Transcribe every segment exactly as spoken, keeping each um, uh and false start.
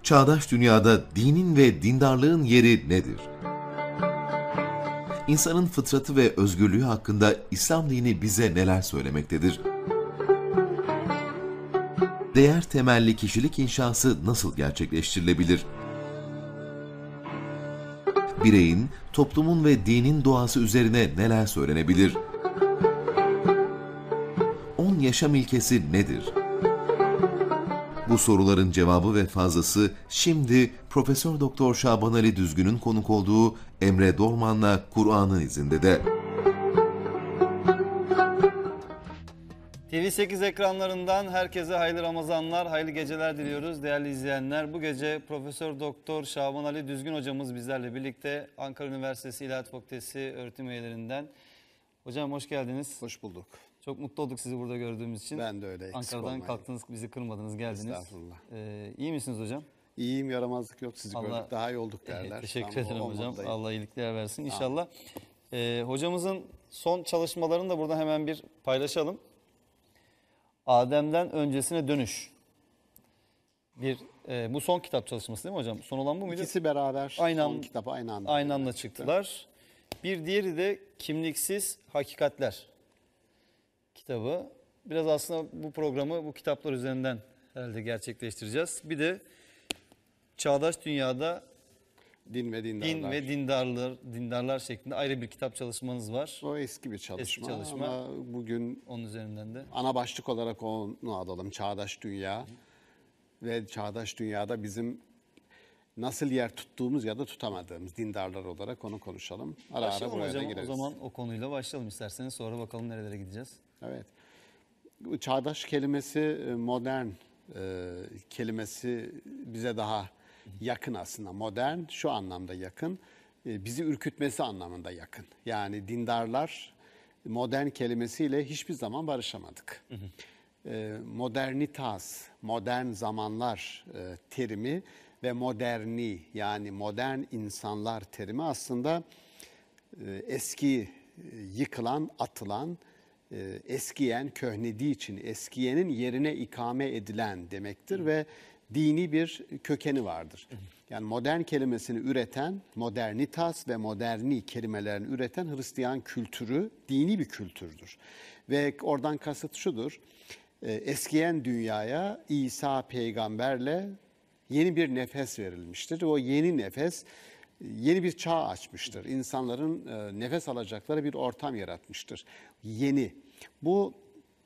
Çağdaş dünyada dinin ve dindarlığın yeri nedir? İnsanın fıtratı ve özgürlüğü hakkında İslam dini bize neler söylemektedir? Değer temelli kişilik inşası nasıl gerçekleştirilebilir? Bireyin, toplumun ve dinin doğası üzerine neler söylenebilir? On yaşam ilkesi nedir? Bu soruların cevabı ve fazlası şimdi Profesör Doktor Şaban Ali Düzgün'ün konuk olduğu Emre Dorman'la Kur'an'ın izinde de. T V sekiz ekranlarından herkese hayırlı Ramazanlar, hayırlı geceler diliyoruz değerli izleyenler. Bu gece Profesör Doktor Şaban Ali Düzgün hocamız bizlerle birlikte Ankara Üniversitesi İlahiyat Fakültesi öğretim üyelerinden. Hocam hoş geldiniz. Hoş bulduk. Çok mutlu olduk sizi burada gördüğümüz için. Ben de öyle. Ankara'dan olmayın. kalktınız, bizi kırmadınız, geldiniz. Estağfurullah. Ee, iyi misiniz hocam? İyiyim, yaramazlık yok. Sizi Allah, gördük daha iyi olduk derler. Teşekkür Tamam, ederim hocam. moddayım. Allah iyilikler versin inşallah. Ee, hocamızın son çalışmalarını da burada hemen bir paylaşalım. Adem'den öncesine dönüş. Bir e, bu son kitap çalışması değil mi hocam? Son olan bu muydu? İkisi beraber Aynı son an- kitap aynı anda. Aynı anda çıktılar. Bir diğeri de Kimliksiz Hakikatler kitabı. Biraz aslında bu programı bu kitaplar üzerinden herhalde gerçekleştireceğiz. Bir de Çağdaş Dünyada Din ve dindarlar. Din ve Dindarlar, Dindarlar şeklinde ayrı bir kitap çalışmanız var. O eski bir çalışma, Eski çalışma. ama bugün Onun üzerinden de. ana başlık olarak onu alalım. Çağdaş Dünya. Ve Çağdaş Dünyada bizim nasıl yer tuttuğumuz ya da tutamadığımız dindarlar olarak onu konuşalım. Ara ara Başlayalım buraya da hocam. O gireriz. zaman o konuyla başlayalım isterseniz. Sonra bakalım nerelere gideceğiz. Evet. Bu çağdaş kelimesi e, modern e, kelimesi bize daha yakın aslında. Modern şu anlamda yakın. e, bizi ürkütmesi anlamında yakın. Yani dindarlar modern kelimesiyle hiçbir zaman barışamadık. E, modernitas, modern zamanlar e, terimi ve moderni yani modern insanlar terimi aslında e, eski, e, yıkılan, atılan, e, eskiyen, köhnediği için eskiyenin yerine ikame edilen demektir ve dini bir kökeni vardır. Yani modern kelimesini üreten, modernitas ve moderni kelimelerini üreten Hristiyan kültürü dini bir kültürdür. Ve oradan kasıt şudur, e, eskiyen dünyaya İsa peygamberle yeni bir nefes verilmiştir. O yeni nefes yeni bir çağ açmıştır. İnsanların e, nefes alacakları bir ortam yaratmıştır. Yeni. Bu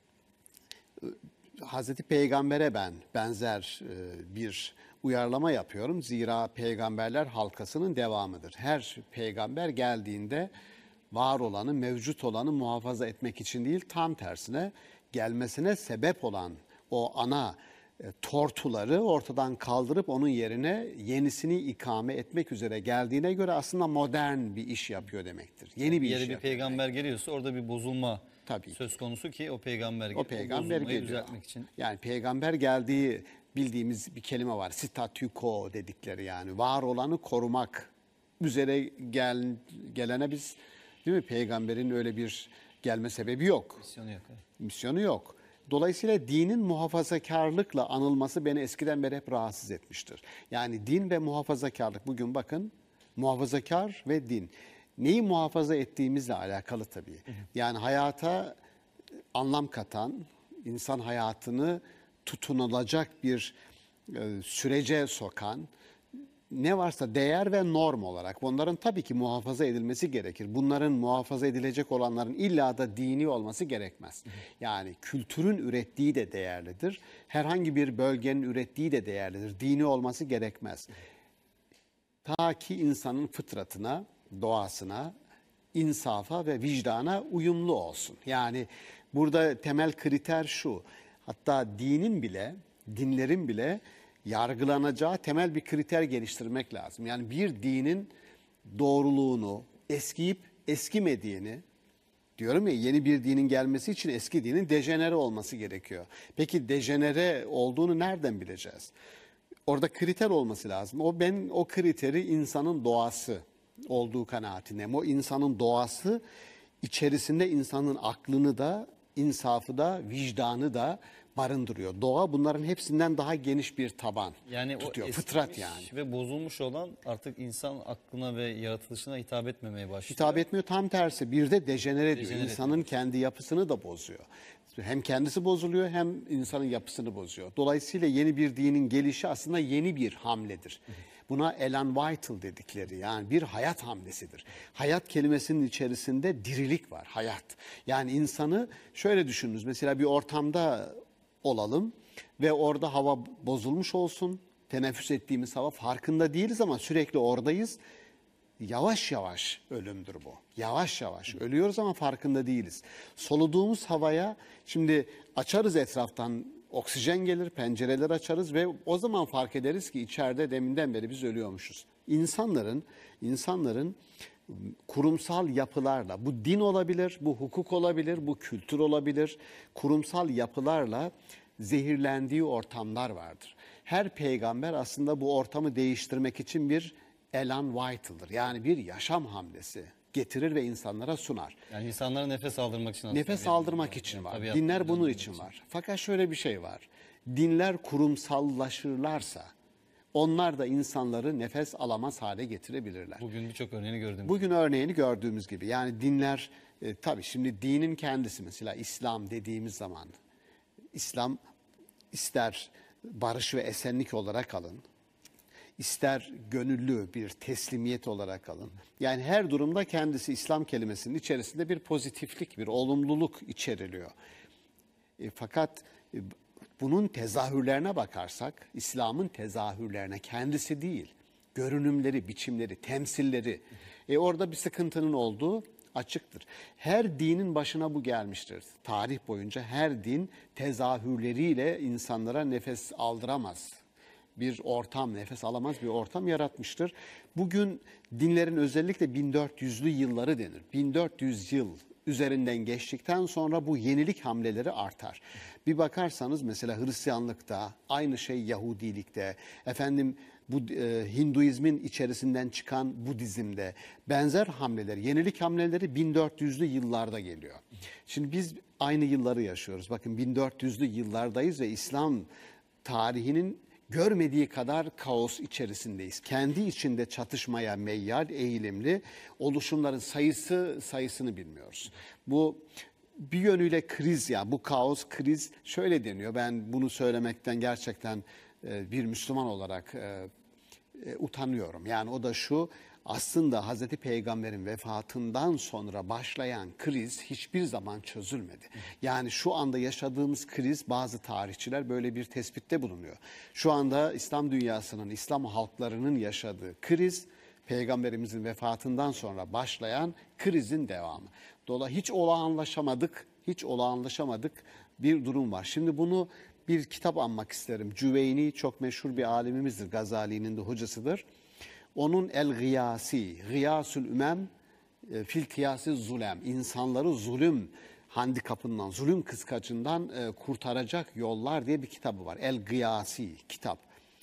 e, Hazreti Peygamber'e ben benzer e, bir uyarlama yapıyorum. Zira peygamberler halkasının devamıdır. Her peygamber geldiğinde var olanı, mevcut olanı muhafaza etmek için değil, tam tersine gelmesine sebep olan o ana e, tortuları ortadan kaldırıp onun yerine yenisini ikame etmek üzere geldiğine göre aslında modern bir iş yapıyor demektir. Yeni bir Yeri iş bir yapıyor peygamber demektir. geliyorsa orada bir bozulma Tabii söz ki. konusu ki o peygamber O peygamber bozulmayı geliyor. düzeltmek için. Yani peygamber geldiği bildiğimiz bir kelime var. Statü quo dedikleri yani var olanı korumak üzere gel, gelene biz değil mi peygamberin öyle bir gelme sebebi yok. Misyonu yok. Evet. Misyonu yok. Dolayısıyla dinin muhafazakarlıkla anılması beni eskiden beri hep rahatsız etmiştir. Yani din ve muhafazakarlık bugün bakın muhafazakar ve din. Neyi muhafaza ettiğimizle alakalı tabii. Yani hayata anlam katan, insan hayatını tutunulacak bir e, sürece sokan ne varsa değer ve norm olarak bunların tabii ki muhafaza edilmesi gerekir. Bunların muhafaza edilecek olanların illa da dini olması gerekmez. Yani kültürün ürettiği de değerlidir. Herhangi bir bölgenin ürettiği de değerlidir. Dini olması gerekmez. Ta ki insanın fıtratına, doğasına, insafa ve vicdana uyumlu olsun. Yani burada temel kriter şu. Hatta dinin bile, dinlerin bile yargılanacağı temel bir kriter geliştirmek lazım. Yani bir dinin doğruluğunu, eskiyip eskimediğini, diyorum ya yeni bir dinin gelmesi için eski dinin dejenere olması gerekiyor. Peki dejenere olduğunu nereden bileceğiz? Orada kriter olması lazım. O ben o kriteri insanın doğası olduğu kanaatindeyim. O insanın doğası içerisinde insanın aklını da insafı da, vicdanı da barındırıyor. Doğa bunların hepsinden daha geniş bir taban Yani tutuyor. o Fıtrat eskimiş yani. ve bozulmuş olan artık insan aklına ve yaratılışına hitap etmemeye başlıyor. Hitap etmiyor, tam tersi. Bir de dejenere ediyor. Dejenere İnsanın kendi yapısını da bozuyor. Hem kendisi bozuluyor hem insanın yapısını bozuyor. Dolayısıyla yeni bir dinin gelişi aslında yeni bir hamledir. Buna Ellen Whittle dedikleri, yani bir hayat hamlesidir. Hayat kelimesinin içerisinde dirilik var, hayat. Yani insanı şöyle düşününüz, mesela bir ortamda olalım ve orada hava bozulmuş olsun, teneffüs ettiğimiz hava farkında değiliz ama sürekli oradayız. Yavaş yavaş ölümdür bu. Yavaş yavaş ölüyoruz ama farkında değiliz. Soluduğumuz havaya şimdi açarız, etraftan oksijen gelir, pencereler açarız ve o zaman fark ederiz ki içeride deminden beri biz ölüyormuşuz. İnsanların, insanların kurumsal yapılarla, bu din olabilir, bu hukuk olabilir, bu kültür olabilir, kurumsal yapılarla zehirlendiği ortamlar vardır. Her peygamber aslında bu ortamı değiştirmek için bir Ellen Whitle'dır. Yani bir yaşam hamlesi getirir ve insanlara sunar. Yani insanlara nefes aldırmak için aslında. Nefes bir- aldırmak için var. Tabiat Dinler bunun döndürmek için var. Fakat şöyle bir şey var. Dinler kurumsallaşırlarsa onlar da insanları nefes alamaz hale getirebilirler. Bugün birçok örneğini gördüm. Bugün örneğini gördüğümüz gibi, yani dinler e, tabii şimdi dinin kendisi, mesela İslam dediğimiz zaman, İslam ister barış ve esenlik olarak alın, ister gönüllü bir teslimiyet olarak alın. Yani her durumda kendisi İslam kelimesinin içerisinde bir pozitiflik, bir olumluluk içeriliyor. E, fakat e, bunun tezahürlerine bakarsak, İslam'ın tezahürlerine, kendisi değil, görünümleri, biçimleri, temsilleri, e, orada bir sıkıntının olduğu açıktır. Her dinin başına bu gelmiştir. Tarih boyunca her din tezahürleriyle insanlara nefes aldıramaz. Bir ortam, nefes alamaz bir ortam yaratmıştır. Bugün dinlerin özellikle bin dört yüzlü yılları denir. bin dört yüz yıl üzerinden geçtikten sonra bu yenilik hamleleri artar. Bir bakarsanız mesela Hristiyanlıkta, aynı şey Yahudilikte, efendim bu e, Hinduizmin içerisinden çıkan Budizm'de benzer hamleler, yenilik hamleleri bin dört yüzlü yıllarda geliyor. Şimdi biz aynı yılları yaşıyoruz. Bakın bin dört yüzlü yıllardayız ve İslam tarihinin görmediği kadar kaos içerisindeyiz. Kendi içinde çatışmaya meyyal, eğilimli oluşumların sayısı sayısını bilmiyoruz. Bu bir yönüyle kriz, ya bu kaos, kriz şöyle deniyor. Ben bunu söylemekten gerçekten e, bir Müslüman olarak e, e, utanıyorum. Yani o da şu: aslında Hazreti Peygamber'in vefatından sonra başlayan kriz hiçbir zaman çözülmedi. Yani şu anda yaşadığımız kriz, bazı tarihçiler böyle bir tespitte bulunuyor. Şu anda İslam dünyasının, İslam halklarının yaşadığı kriz, Peygamberimizin vefatından sonra başlayan krizin devamı. Dolayısıyla hiç olağanlaşamadık, hiç olağanlaşamadık bir durum var. Şimdi bunu bir kitap anmak isterim. Cüveyni çok meşhur bir alimimizdir, Gazali'nin de hocasıdır. Onun El-Gıyasi, Gıyasül Ümem e, fil kıyası zulem, insanları zulüm handikapından, zulüm kıskacından e, kurtaracak yollar diye bir kitabı var. El-Gıyasi kitap.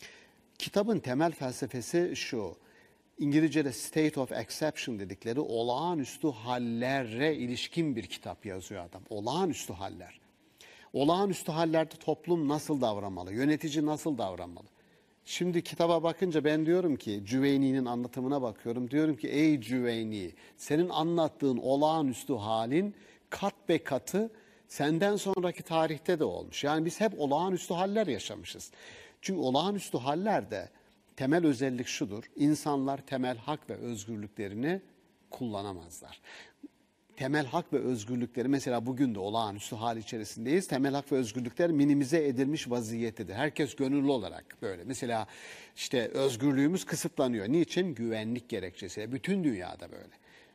Kitabın temel felsefesi şu: İngilizce'de state of exception dedikleri olağanüstü hallere ilişkin bir kitap yazıyor adam. Olağanüstü haller. Olağanüstü hallerde toplum nasıl davranmalı, yönetici nasıl davranmalı? Şimdi kitaba bakınca ben diyorum ki, Cüveyni'nin anlatımına bakıyorum. Diyorum ki ey Cüveyni, senin anlattığın olağanüstü halin kat be katı senden sonraki tarihte de olmuş. Yani biz hep olağanüstü haller yaşamışız. Çünkü olağanüstü hallerde temel özellik şudur: İnsanlar temel hak ve özgürlüklerini kullanamazlar. Temel hak ve özgürlükleri, mesela bugün de olağanüstü hal içerisindeyiz. Temel hak ve özgürlükler minimize edilmiş vaziyettedir. Herkes gönüllü olarak böyle. Mesela işte özgürlüğümüz kısıtlanıyor. Niçin? Güvenlik gerekçesiyle. Bütün dünyada böyle.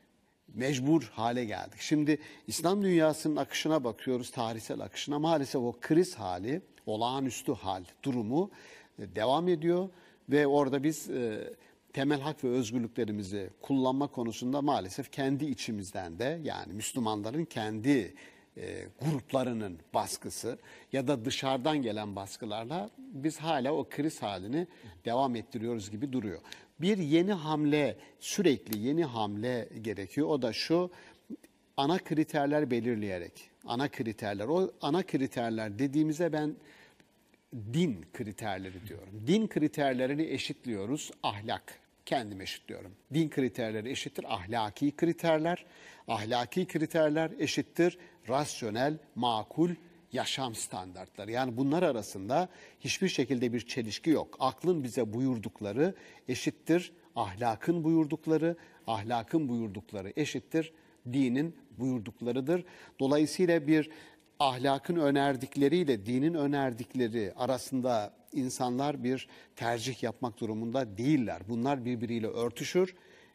Mecbur hale geldik. Şimdi İslam dünyasının akışına bakıyoruz, tarihsel akışına. Maalesef o kriz hali, olağanüstü hal durumu devam ediyor ve orada biz e, temel hak ve özgürlüklerimizi kullanma konusunda maalesef kendi içimizden de, yani Müslümanların kendi e, gruplarının baskısı ya da dışarıdan gelen baskılarla biz hala o kriz halini devam ettiriyoruz gibi duruyor. Bir yeni hamle, sürekli yeni hamle gerekiyor. O da şu: ana kriterler belirleyerek, ana kriterler, o ana kriterler dediğimize ben din kriterleri diyorum. Din kriterlerini eşitliyoruz, ahlak. Kendim eşitliyorum. Din kriterleri eşittir ahlaki kriterler. Ahlaki kriterler eşittir rasyonel, makul yaşam standartları. Yani bunlar arasında hiçbir şekilde bir çelişki yok. Aklın bize buyurdukları eşittir ahlakın buyurdukları, ahlakın buyurdukları eşittir dinin buyurduklarıdır. Dolayısıyla bir ahlakın önerdikleriyle dinin önerdikleri arasında insanlar bir tercih yapmak durumunda değiller. Bunlar birbiriyle örtüşür.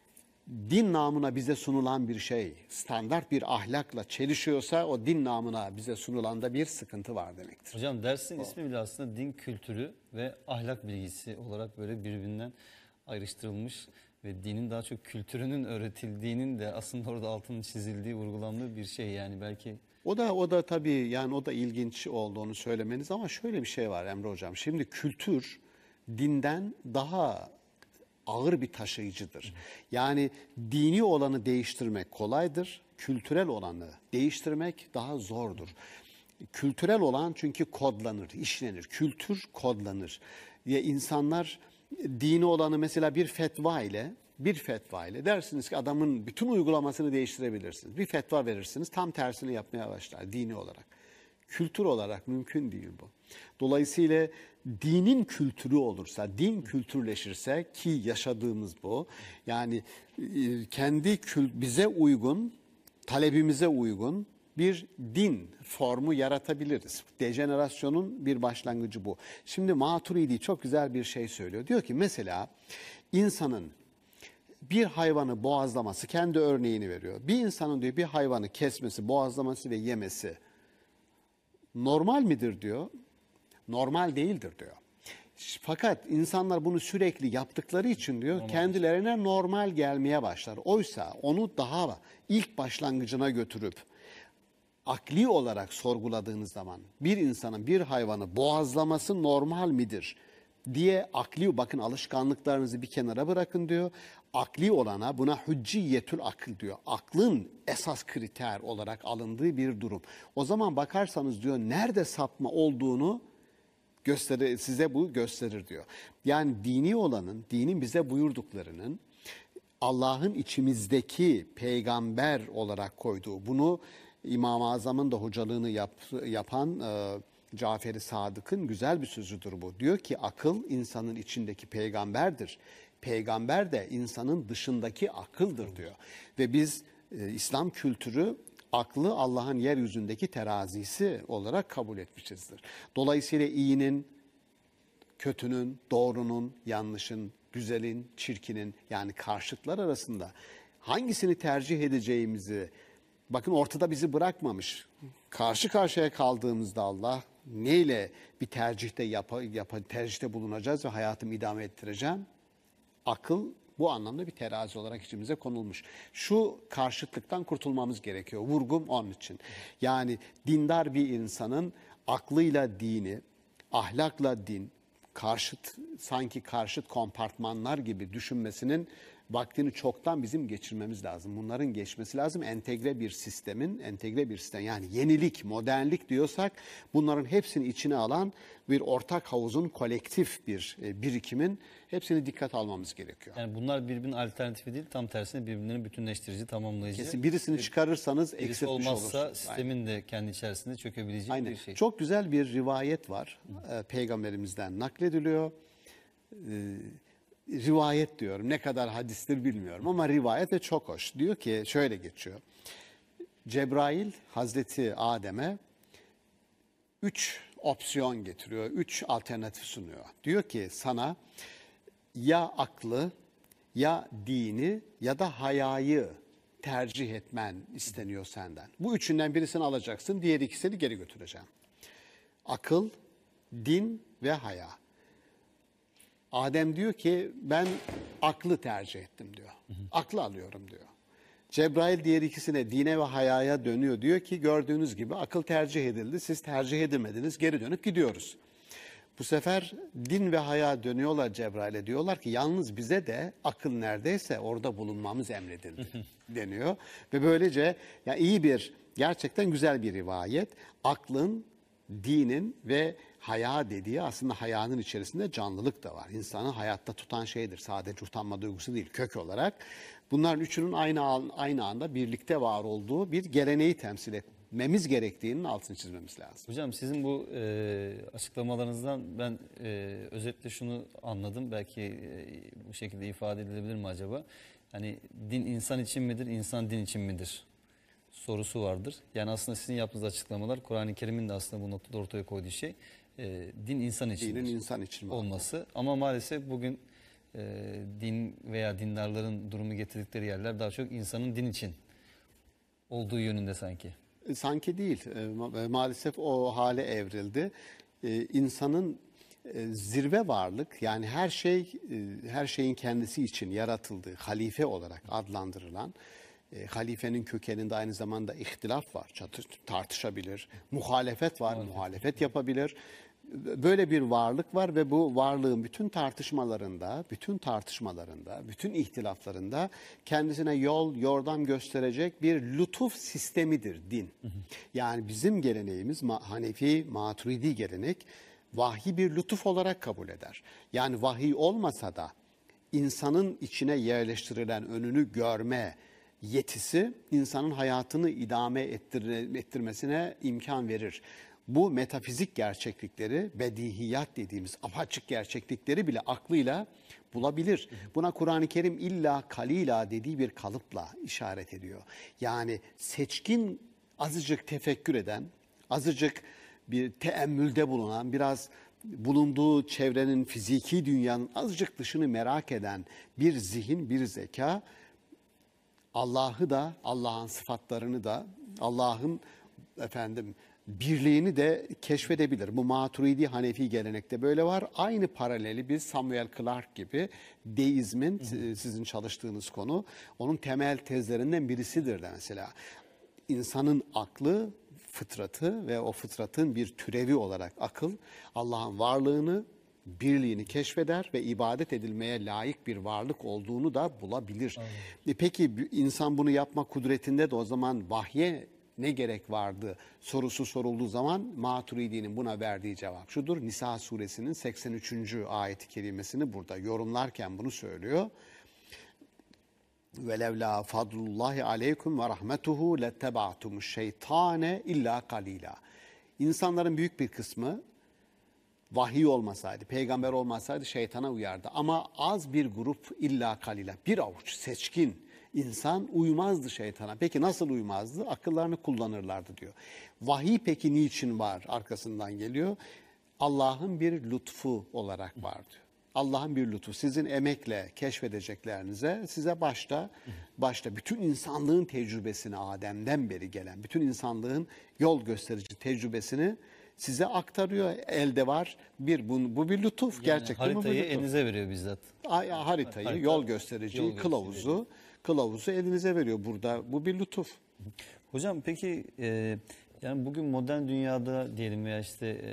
Din namına bize sunulan bir şey standart bir ahlakla çelişiyorsa o din namına bize sunulanda bir sıkıntı var demektir. Hocam dersin ismi bile aslında din kültürü ve ahlak bilgisi olarak böyle birbirinden ayrıştırılmış ve dinin daha çok kültürünün öğretildiğinin de aslında orada altının çizildiği, vurgulandığı bir şey yani belki. O da o da tabii yani o da ilginç olduğunu söylemeniz ama şöyle bir şey var Emre Hocam. Şimdi kültür dinden daha ağır bir taşıyıcıdır. Yani dini olanı değiştirmek kolaydır, kültürel olanı değiştirmek daha zordur. Kültürel olan çünkü kodlanır, işlenir. Kültür kodlanır. Ya insanlar dini olanı mesela bir fetva ile bir fetva ile dersiniz ki adamın bütün uygulamasını değiştirebilirsiniz. Bir fetva verirsiniz tam tersini yapmaya başlar dini olarak. Kültür olarak mümkün değil bu. Dolayısıyla dinin kültürü olursa, din kültürleşirse ki yaşadığımız bu. Yani kendi kül, bize uygun, talebimize uygun bir din formu yaratabiliriz. Dejenerasyonun bir başlangıcı bu. Şimdi Maturidi çok güzel bir şey söylüyor. Diyor ki mesela insanın bir hayvanı boğazlaması, kendi örneğini veriyor. Bir insanın diyor bir hayvanı kesmesi, boğazlaması ve yemesi normal midir diyor. Normal değildir diyor. Fakat insanlar bunu sürekli yaptıkları için diyor normal. Kendilerine normal gelmeye başlar. Oysa onu daha ilk başlangıcına götürüp akli olarak sorguladığınız zaman bir insanın bir hayvanı boğazlaması normal midir diye akli bakın alışkanlıklarınızı bir kenara bırakın diyor. Akli olana buna hücciyetül akıl diyor. Aklın esas kriter olarak alındığı bir durum. O zaman bakarsanız diyor nerede sapma olduğunu gösterir, size bu gösterir diyor. Yani dini olanın, dinin bize buyurduklarının Allah'ın içimizdeki peygamber olarak koyduğu, bunu İmam-ı Azam'ın da hocalığını yap, yapan e, Cafer-i Sadık'ın güzel bir sözüdür bu. Diyor ki akıl insanın içindeki peygamberdir. Peygamber de insanın dışındaki akıldır diyor. Ve biz e, İslam kültürü aklı Allah'ın yeryüzündeki terazisi olarak kabul etmişizdir. Dolayısıyla iyinin, kötünün, doğrunun, yanlışın, güzelin, çirkinin yani karşıtlar arasında hangisini tercih edeceğimizi bakın ortada bizi bırakmamış. Karşı karşıya kaldığımızda Allah neyle bir tercihte yapa, yapa, tercihte bulunacağız ve hayatımı idame ettireceğim? Akıl bu anlamda bir terazi olarak içimize konulmuş. Şu karşıtlıktan kurtulmamız gerekiyor. Vurgum onun için. Yani dindar bir insanın aklıyla dini, ahlakla din, karşıt sanki karşıt kompartmanlar gibi düşünmesinin vaktini çoktan bizim geçirmemiz lazım. Bunların geçmesi lazım. Entegre bir sistemin, entegre bir sistem yani yenilik, modernlik diyorsak bunların hepsini içine alan bir ortak havuzun kolektif bir birikimin hepsini dikkat almamız gerekiyor. Yani bunlar birbirinin alternatifi değil, tam tersine birbirlerini bütünleştirici, tamamlayıcı. Kesin birisini çıkarırsanız birisi eksiltmiş olmazsa olursunuz. sistemin Aynen. de kendi içerisinde çökebileceği Aynen. bir şey. Çok güzel bir rivayet var. Ee, Peygamberimizden naklediliyor. Ee, rivayet diyorum. Ne kadar hadistir bilmiyorum ama rivayet de çok hoş. Diyor ki şöyle geçiyor. Cebrail Hazreti Adem'e üç opsiyon getiriyor. Üç alternatif sunuyor. Diyor ki sana ya aklı ya dini ya da hayayı tercih etmen isteniyor senden. Bu üçünden birisini alacaksın. Diğer ikisini geri götüreceğim. Akıl, din ve haya. Adem diyor ki ben aklı tercih ettim diyor. Aklı alıyorum diyor. Cebrail diğer ikisine dine ve hayaya dönüyor. Diyor ki gördüğünüz gibi akıl tercih edildi. Siz tercih edemediniz. Geri dönüp gidiyoruz. Bu sefer din ve haya dönüyorlar Cebrail'e, diyorlar ki yalnız bize de akıl neredeyse orada bulunmamız emredildi deniyor. Ve böylece ya iyi bir, gerçekten güzel bir rivayet. Aklın, dinin ve haya dediği, aslında hayanın içerisinde canlılık da var. İnsanı hayatta tutan şeydir. Sadece utanma duygusu değil, kök olarak. Bunların üçünün aynı an- aynı anda birlikte var olduğu bir geleneği temsil etmemiz gerektiğinin altını çizmemiz lazım. Hocam sizin bu e, açıklamalarınızdan ben e, özetle şunu anladım. Belki e, bu şekilde ifade edilebilir mi acaba? Hani din insan için midir, insan din için midir sorusu vardır. Yani aslında sizin yaptığınız açıklamalar, Kur'an-ı Kerim'in de aslında bu noktada ortaya koyduğu şey, e, din insan için Dinin insan için var. olması. Ama maalesef bugün e, din veya dindarların durumu getirdikleri yerler daha çok insanın din için olduğu yönünde sanki. E, Sanki değil. E, ma- e, Maalesef o hale evrildi. E, İnsanın e, zirve varlık, yani her şey e, her şeyin kendisi için yaratıldığı, halife olarak adlandırılan, e, halifenin kökeninde aynı zamanda ihtilaf var, çatır, tartışabilir, muhalefet var, muhalefet yapabilir. Böyle bir varlık var ve bu varlığın bütün tartışmalarında, bütün tartışmalarında, bütün ihtilaflarında kendisine yol, yordam gösterecek bir lütuf sistemidir din. Yani bizim geleneğimiz Ma- Hanefi, Maturidi gelenek vahyi bir lütuf olarak kabul eder. Yani vahiy olmasa da insanın içine yerleştirilen önünü görme yetisi insanın hayatını idame ettir- ettirmesine imkan verir. Bu metafizik gerçeklikleri, bedihiyat dediğimiz apaçık gerçeklikleri bile aklıyla bulabilir. Buna Kur'an-ı Kerim illa kalila dediği bir kalıpla işaret ediyor. Yani seçkin, azıcık tefekkür eden, azıcık bir teemmülde bulunan, biraz bulunduğu çevrenin, fiziki dünyanın azıcık dışını merak eden bir zihin, bir zeka, Allah'ı da, Allah'ın sıfatlarını da, Allah'ın efendim birliğini de keşfedebilir. Bu Maturidi Hanefi gelenekte böyle var. Aynı paraleli biz Samuel Clark gibi deizmin, e, sizin çalıştığınız konu, onun temel tezlerinden birisidir de mesela. İnsanın aklı, fıtratı ve o fıtratın bir türevi olarak akıl, Allah'ın varlığını, birliğini keşfeder ve ibadet edilmeye layık bir varlık olduğunu da bulabilir. E peki bir insan bunu yapma kudretinde de o zaman vahye ne gerek vardı sorusu sorulduğu zaman Maturidi'nin buna verdiği cevap şudur. Nisa suresinin seksen üçüncü ayeti kerimesini burada yorumlarken bunu söylüyor. Velevla fadlullahi aleykum ve rahmetuhu letteba'tumuş şeytane illa kalila. İnsanların büyük bir kısmı vahiy olmasaydı, peygamber olmasaydı şeytana uyardı. Ama az bir grup illa kalila, bir avuç seçkin insan uymazdı şeytana. Peki nasıl uymazdı? Akıllarını kullanırlardı diyor. Vahiy peki niçin var? Arkasından geliyor. Allah'ın bir lütfu olarak var diyor. Allah'ın bir lütfu. Sizin emekle keşfedeceklerinize size başta başta bütün insanlığın tecrübesini, Adem'den beri gelen bütün insanlığın yol gösterici tecrübesini size aktarıyor. Elde var. Bir bu, bu bir lütuf. Yani Gerçekten bu bir haritayı lütuf. elinize veriyor bizzat. Ay- haritayı, Harita, yol göstericiyi, yol kılavuzu, kılavuzu elinize veriyor. Burada bu bir lütuf. Hocam peki e, yani bugün modern dünyada diyelim veya işte e,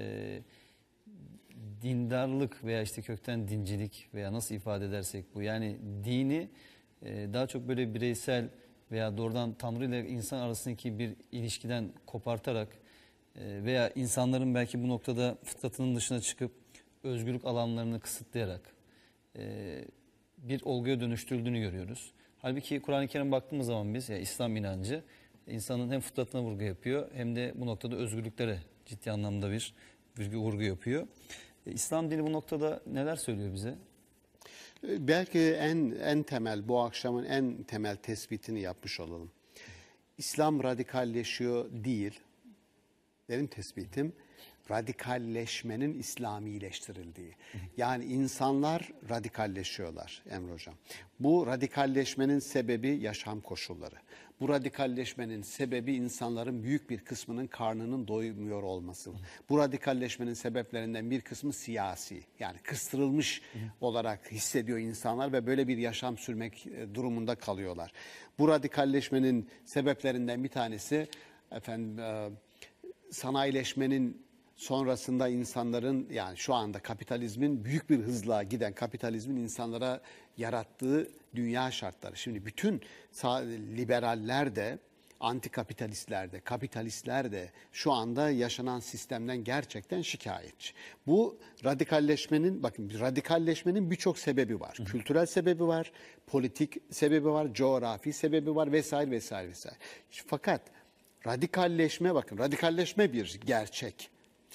dindarlık veya işte kökten dincilik veya nasıl ifade edersek bu, yani dini e, daha çok böyle bireysel veya doğrudan Tanrı ile insan arasındaki bir ilişkiden kopartarak e, veya insanların belki bu noktada fıtratının dışına çıkıp özgürlük alanlarını kısıtlayarak e, bir olguya dönüştürüldüğünü görüyoruz. Halbuki Kur'an-ı Kerim baktığımız zaman biz, ya İslam inancı insanın hem fıtratına vurgu yapıyor hem de bu noktada özgürlüklere ciddi anlamda bir vurgu, vurgu yapıyor. E, İslam dini bu noktada neler söylüyor bize? Belki en en temel, bu akşamın en temel tespitini yapmış olalım. İslam radikalleşiyor değil. Benim tespitim radikalleşmenin İslamileştirildiği. Yani insanlar radikalleşiyorlar Emre Hocam. Bu radikalleşmenin sebebi yaşam koşulları. Bu radikalleşmenin sebebi insanların büyük bir kısmının karnının doymuyor olması. Bu radikalleşmenin sebeplerinden bir kısmı siyasi. Yani kıstırılmış olarak hissediyor insanlar ve böyle bir yaşam sürmek e, durumunda kalıyorlar. Bu radikalleşmenin sebeplerinden bir tanesi efendim e, sanayileşmenin sonrasında insanların, yani şu anda kapitalizmin, büyük bir hızla giden kapitalizmin insanlara yarattığı dünya şartları. Şimdi bütün sağ, liberaller de, antikapitalistler de, kapitalistler de şu anda yaşanan sistemden gerçekten şikayetçi. Bu radikalleşmenin, bakın radikalleşmenin birçok sebebi var. Hı hı. Kültürel sebebi var, politik sebebi var, coğrafi sebebi var vesaire vesaire vesaire. Fakat radikalleşme, bakın radikalleşme bir gerçek.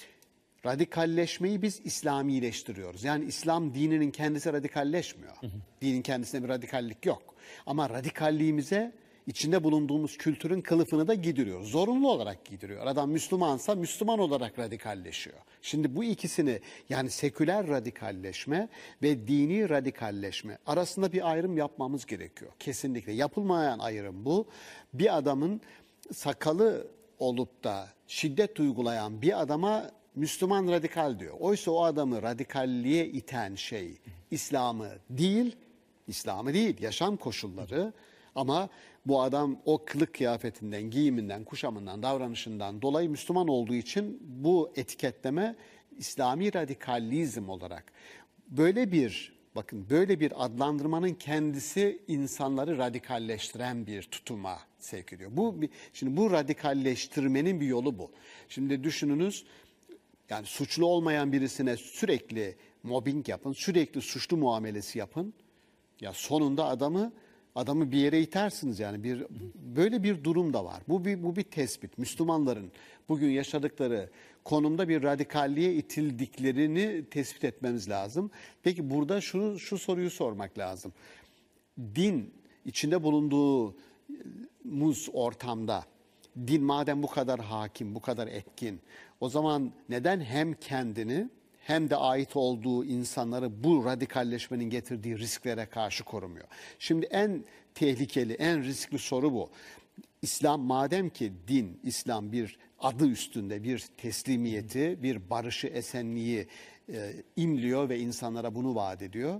Radikalleşmeyi biz İslamileştiriyoruz. Yani İslam dininin kendisi radikalleşmiyor. Hı hı. Dinin kendisinde bir radikallik yok. Ama radikalliğimize içinde bulunduğumuz kültürün kılıfını da giydiriyor. Zorunlu olarak giydiriyor. Adam Müslümansa Müslüman olarak radikalleşiyor. Şimdi bu ikisini, yani seküler radikalleşme ve dini radikalleşme arasında bir ayrım yapmamız gerekiyor. Kesinlikle yapılmayan ayrım bu. Bir adamın sakalı olup da şiddet uygulayan bir adama Müslüman radikal diyor. Oysa o adamı radikalliğe iten şey İslam'ı değil, İslam'ı değil, yaşam koşulları. Ama bu adam o kılık kıyafetinden, giyiminden, kuşamından, davranışından dolayı Müslüman olduğu için bu etiketleme İslami radikalizm olarak. Böyle bir, bakın böyle bir adlandırmanın kendisi insanları radikalleştiren bir tutuma sevk ediyor. Bu, şimdi bu radikalleştirmenin bir yolu bu. Şimdi düşününüz, yani suçlu olmayan birisine sürekli mobbing yapın, sürekli suçlu muamelesi yapın. Ya sonunda adamı adamı bir yere itersiniz, yani bir böyle bir durum da var. Bu bir bu bir tespit. Müslümanların bugün yaşadıkları konumda bir radikalliğe itildiklerini tespit etmemiz lazım. Peki burada şu şu soruyu sormak lazım. Din içinde bulunduğumuz ortamda din madem bu kadar hakim, bu kadar etkin, o zaman neden hem kendini hem de ait olduğu insanları bu radikalleşmenin getirdiği risklere karşı korumuyor? Şimdi en tehlikeli, en riskli soru bu. İslam, madem ki din, İslam bir adı üstünde bir teslimiyeti, bir barışı, esenliği e, imliyor ve insanlara bunu vaat ediyor.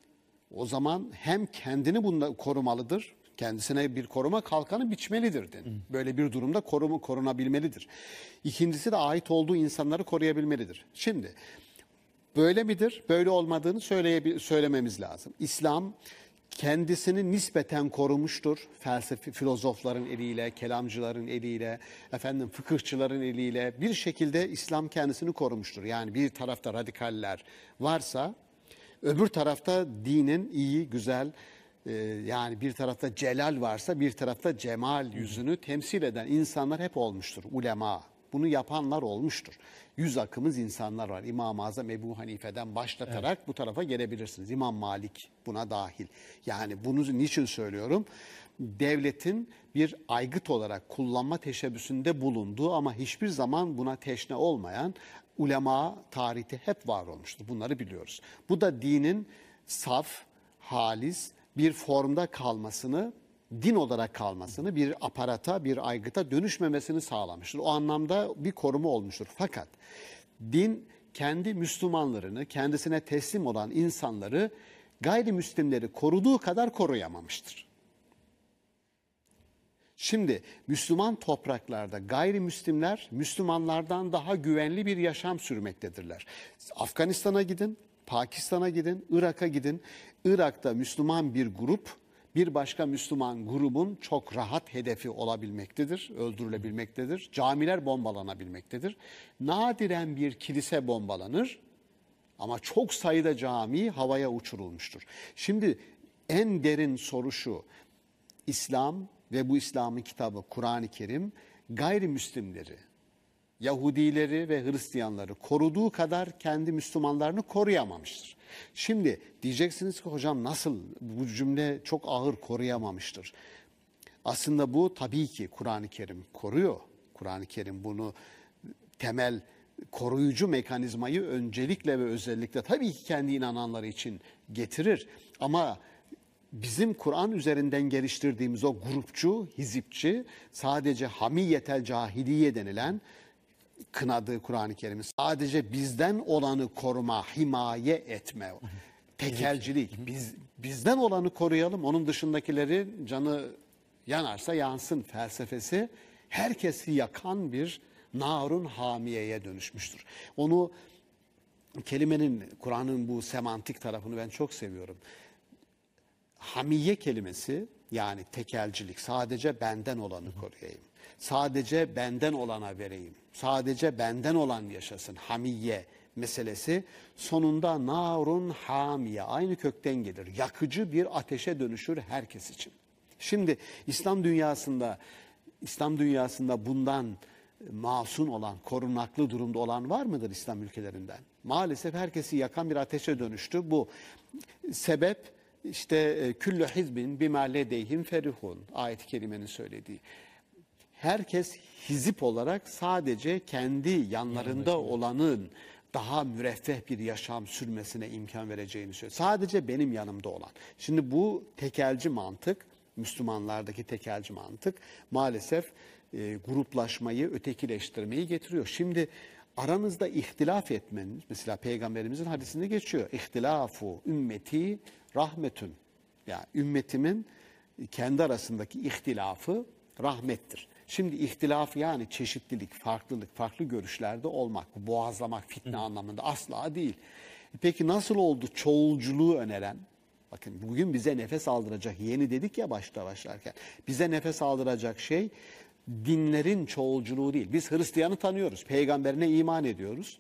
O zaman hem kendini bunda korumalıdır, kendisine bir koruma kalkanı biçmelidir din. Böyle bir durumda korumu korunabilmelidir. İkincisi de ait olduğu insanları koruyabilmelidir. Şimdi böyle midir? Böyle olmadığını söylememiz lazım. İslam kendisini nispeten korumuştur. Felsefi filozofların eliyle, kelamcıların eliyle, efendim fıkıhçıların eliyle bir şekilde İslam kendisini korumuştur. Yani bir tarafta radikaller varsa öbür tarafta dinin iyi, güzel, yani bir tarafta celal varsa bir tarafta cemal yüzünü temsil eden insanlar hep olmuştur. Ulema. Bunu yapanlar olmuştur. Yüz akımız insanlar var. İmam-ı Azam Ebu Hanife'den başlatarak evet, bu tarafa gelebilirsiniz. İmam Malik buna dahil. Yani bunu niçin söylüyorum? Devletin bir aygıt olarak kullanma teşebbüsünde bulunduğu ama hiçbir zaman buna teşne olmayan ulema tarihte hep var olmuştur. Bunları biliyoruz. Bu da dinin saf, halis bir formda kalmasını, din olarak kalmasını, bir aparata, bir aygıta dönüşmemesini sağlamıştır. O anlamda bir koruma olmuştur. Fakat din kendi Müslümanlarını, kendisine teslim olan insanları gayrimüslimleri koruduğu kadar koruyamamıştır. Şimdi Müslüman topraklarda gayrimüslimler Müslümanlardan daha güvenli bir yaşam sürmektedirler. Afganistan'a gidin, Pakistan'a gidin, Irak'a gidin. Irak'ta Müslüman bir grup bir başka Müslüman grubun çok rahat hedefi olabilmektedir, öldürülebilmektedir. Camiler bombalanabilmektedir. Nadiren bir kilise bombalanır ama çok sayıda cami havaya uçurulmuştur. Şimdi en derin soru şu: İslam ve bu İslam'ın kitabı Kur'an-ı Kerim gayrimüslimleri, Yahudileri ve Hristiyanları koruduğu kadar kendi Müslümanlarını koruyamamıştır. Şimdi diyeceksiniz ki hocam nasıl, bu cümle çok ağır, koruyamamıştır. Aslında bu tabii ki Kur'an-ı Kerim koruyor. Kur'an-ı Kerim bunu temel koruyucu mekanizmayı öncelikle ve özellikle tabii ki kendi inananları için getirir. Ama bizim Kur'an üzerinden geliştirdiğimiz o grupçu, hizipçi, sadece hamiyetel cahiliye denilen, kınadığı Kur'an-ı Kerim'in sadece bizden olanı koruma, himaye etme, tekelcilik, biz bizden olanı koruyalım, onun dışındakileri canı yanarsa yansın felsefesi herkesi yakan bir Narun hamiyeye dönüşmüştür. Onu kelimenin, Kur'an'ın bu semantik tarafını ben çok seviyorum. Hamiye kelimesi, yani tekelcilik, sadece benden olanı koruyayım. Sadece benden olana vereyim. Sadece benden olan yaşasın. Hamiye meselesi sonunda narun hamiye, aynı kökten gelir. Yakıcı bir ateşe dönüşür herkes için. Şimdi İslam dünyasında İslam dünyasında bundan masum olan, korunaklı durumda olan var mıdır İslam ülkelerinden? Maalesef herkesi yakan bir ateşe dönüştü. Bu sebep işte küllü hizbin bima ledeyhim ferihun, ayet-i kerimenin söylediği. Herkes hizip olarak sadece kendi yanlarında olanın daha müreffeh bir yaşam sürmesine imkan vereceğini söylüyor. Sadece benim yanımda olan. Şimdi bu tekelci mantık, Müslümanlardaki tekelci mantık maalesef e, gruplaşmayı, ötekileştirmeyi getiriyor. Şimdi aranızda ihtilaf etmeniz, mesela Peygamberimizin hadisinde geçiyor. İhtilafu ümmeti rahmetün. Yani ümmetimin kendi arasındaki ihtilafı rahmettir. Şimdi ihtilaf yani çeşitlilik, farklılık, farklı görüşlerde olmak, boğazlamak, fitne Hı. anlamında asla değil. Peki nasıl oldu çoğulculuğu öneren? Bakın bugün bize nefes aldıracak, yeni dedik ya başta başlarken, bize nefes aldıracak şey dinlerin çoğulculuğu değil. Biz Hristiyanı tanıyoruz, peygamberine iman ediyoruz.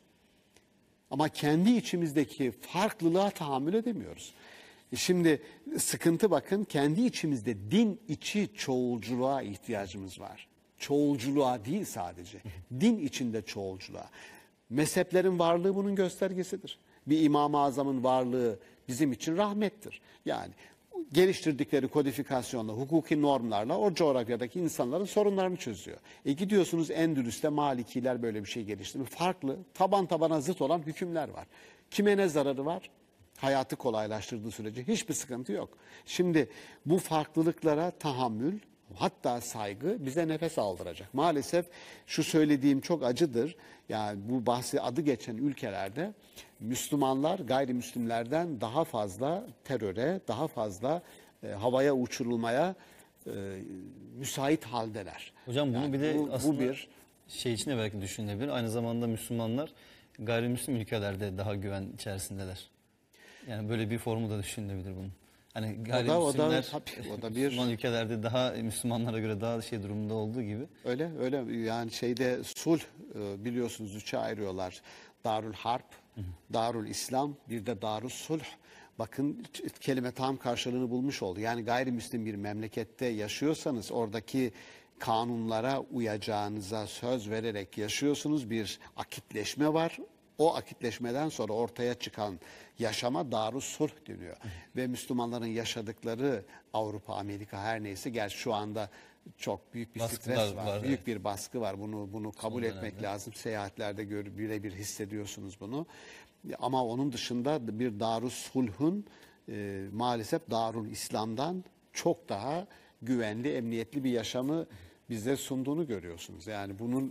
Ama kendi içimizdeki farklılığa tahammül edemiyoruz. Şimdi sıkıntı bakın, kendi içimizde din içi çoğulculuğa ihtiyacımız var. Çoğulculuğa değil sadece, din içinde çoğulculuğa. Mezheplerin varlığı bunun göstergesidir. Bir İmam-ı Azam'ın varlığı bizim için rahmettir. Yani geliştirdikleri kodifikasyonla, hukuki normlarla o coğrafyadaki insanların sorunlarını çözüyor. E gidiyorsunuz Endülüs'te Malikiler böyle bir şey geliştirmiş. Farklı, taban tabana zıt olan hükümler var. Kime ne zararı var? Hayatı kolaylaştırdığı sürece hiçbir sıkıntı yok. Şimdi bu farklılıklara tahammül, hatta saygı bize nefes aldıracak. Maalesef şu söylediğim çok acıdır. Yani bu bahsi adı geçen ülkelerde Müslümanlar gayrimüslimlerden daha fazla teröre, daha fazla e, havaya uçurulmaya e, müsait haldeler. Hocam bunu yani bir de bu, aslında bu bir şey için de belki düşünülebilir. Aynı zamanda Müslümanlar gayrimüslim ülkelerde daha güven içerisindeler. Yani böyle bir formu da düşünülebilir bunun. Hani gayrimüslimler o da, tabii, o da bir Müslüman ülkelerde daha Müslümanlara göre daha şey durumda olduğu gibi. Öyle öyle yani şeyde sulh biliyorsunuz üçe ayırıyorlar. Darül Harp, Darül İslam, bir de Darül Sulh. Bakın kelime tam karşılığını bulmuş oldu. Yani gayrimüslim bir memlekette yaşıyorsanız oradaki kanunlara uyacağınıza söz vererek yaşıyorsunuz. Bir akitleşme var. O akitleşmeden sonra ortaya çıkan yaşama Darus Sulh deniyor. Hı. Ve Müslümanların yaşadıkları Avrupa, Amerika her neyse, gerçi şu anda çok büyük bir Baskılar stres var, var, büyük evet. bir baskı var. Bunu bunu kabul Son etmek dönemde. lazım. Seyahatlerde gör, birebir hissediyorsunuz bunu. Ama onun dışında bir Darus Sulh'un e, maalesef Darul İslam'dan çok daha güvenli, emniyetli bir yaşamı bize sunduğunu görüyorsunuz. Yani bunun